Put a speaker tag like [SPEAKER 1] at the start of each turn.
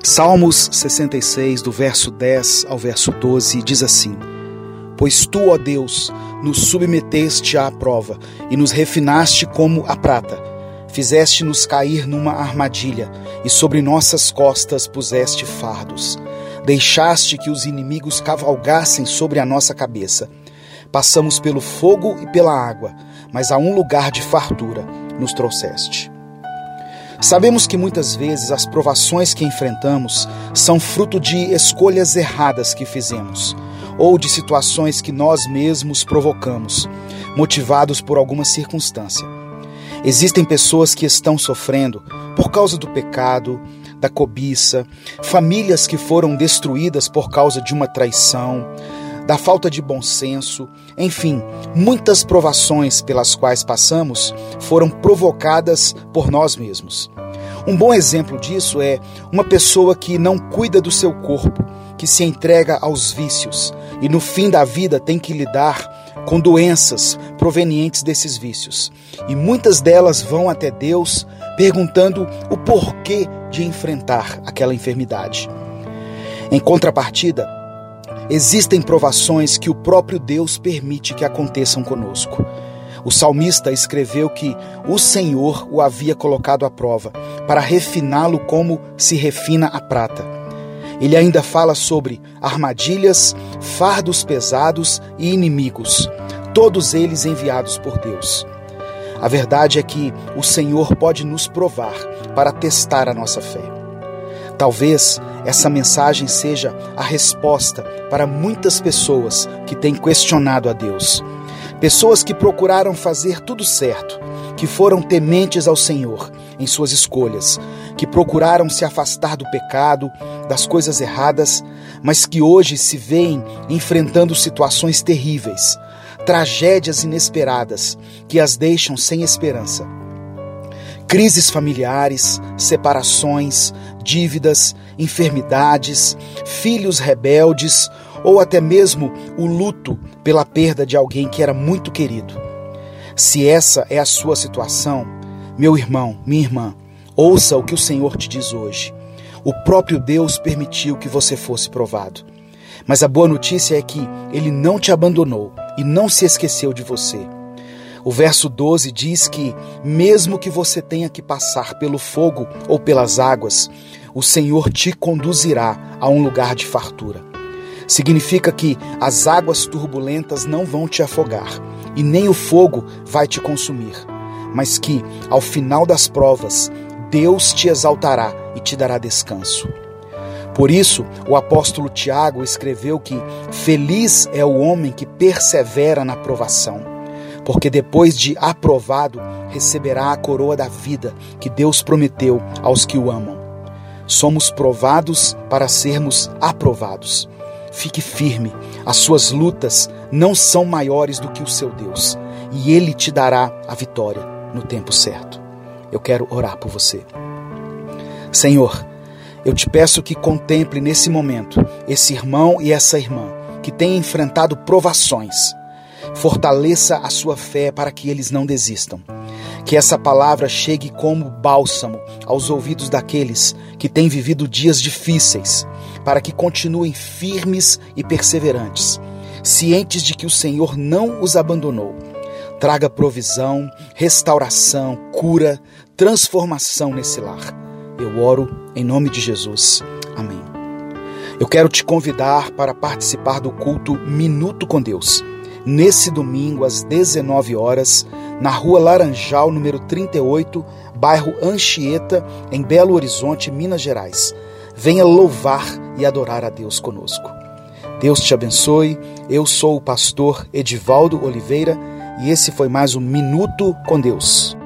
[SPEAKER 1] Salmos 66, do verso 10 ao verso 12, diz assim: Pois tu, ó Deus, nos submeteste à prova e nos refinaste como a prata. Fizeste-nos cair numa armadilha e sobre nossas costas puseste fardos. Deixaste que os inimigos cavalgassem sobre a nossa cabeça. Passamos pelo fogo e pela água, mas a um lugar de fartura nos trouxeste. Sabemos que muitas vezes as provações que enfrentamos são fruto de escolhas erradas que fizemos, ou de situações que nós mesmos provocamos, motivados por alguma circunstância. Existem pessoas que estão sofrendo por causa do pecado, da cobiça, famílias que foram destruídas por causa de uma traição, da falta de bom senso, enfim, muitas provações pelas quais passamos foram provocadas por nós mesmos. Um bom exemplo disso é uma pessoa que não cuida do seu corpo, que se entrega aos vícios e no fim da vida tem que lidar com doenças provenientes desses vícios. E muitas delas vão até Deus perguntando o porquê de enfrentar aquela enfermidade. Em contrapartida, existem provações que o próprio Deus permite que aconteçam conosco. O salmista escreveu que o Senhor o havia colocado à prova para refiná-lo como se refina a prata. Ele ainda fala sobre armadilhas, fardos pesados e inimigos, todos eles enviados por Deus. A verdade é que o Senhor pode nos provar para testar a nossa fé. Talvez essa mensagem seja a resposta para muitas pessoas que têm questionado a Deus. Pessoas que procuraram fazer tudo certo, que foram tementes ao Senhor em suas escolhas, que procuraram se afastar do pecado, das coisas erradas, mas que hoje se veem enfrentando situações terríveis, tragédias inesperadas que as deixam sem esperança. Crises familiares, separações, dívidas, enfermidades, filhos rebeldes ou até mesmo o luto pela perda de alguém que era muito querido. Se essa é a sua situação, meu irmão, minha irmã, ouça o que o Senhor te diz hoje. O próprio Deus permitiu que você fosse provado. Mas a boa notícia é que Ele não te abandonou e não se esqueceu de você. O verso 12 diz que, mesmo que você tenha que passar pelo fogo ou pelas águas, o Senhor te conduzirá a um lugar de fartura. Significa que as águas turbulentas não vão te afogar e nem o fogo vai te consumir, mas que, ao final das provas, Deus te exaltará e te dará descanso. Por isso, o apóstolo Tiago escreveu que feliz é o homem que persevera na provação, porque depois de aprovado, receberá a coroa da vida que Deus prometeu aos que o amam. Somos provados para sermos aprovados. Fique firme, as suas lutas não são maiores do que o seu Deus, e Ele te dará a vitória no tempo certo. Eu quero orar por você. Senhor, eu te peço que contemple nesse momento esse irmão e essa irmã que têm enfrentado provações. Fortaleça a sua fé para que eles não desistam. Que essa palavra chegue como bálsamo aos ouvidos daqueles que têm vivido dias difíceis, para que continuem firmes e perseverantes, cientes de que o Senhor não os abandonou. Traga provisão, restauração, cura, transformação nesse lar. Eu oro em nome de Jesus. Amém. Eu quero te convidar para participar do culto Minuto com Deus, nesse domingo às 19 horas, na Rua Laranjal, número 38, bairro Anchieta, em Belo Horizonte, Minas Gerais. Venha louvar e adorar a Deus conosco. Deus te abençoe. Eu sou o pastor Edivaldo Oliveira e esse foi mais um Minuto com Deus.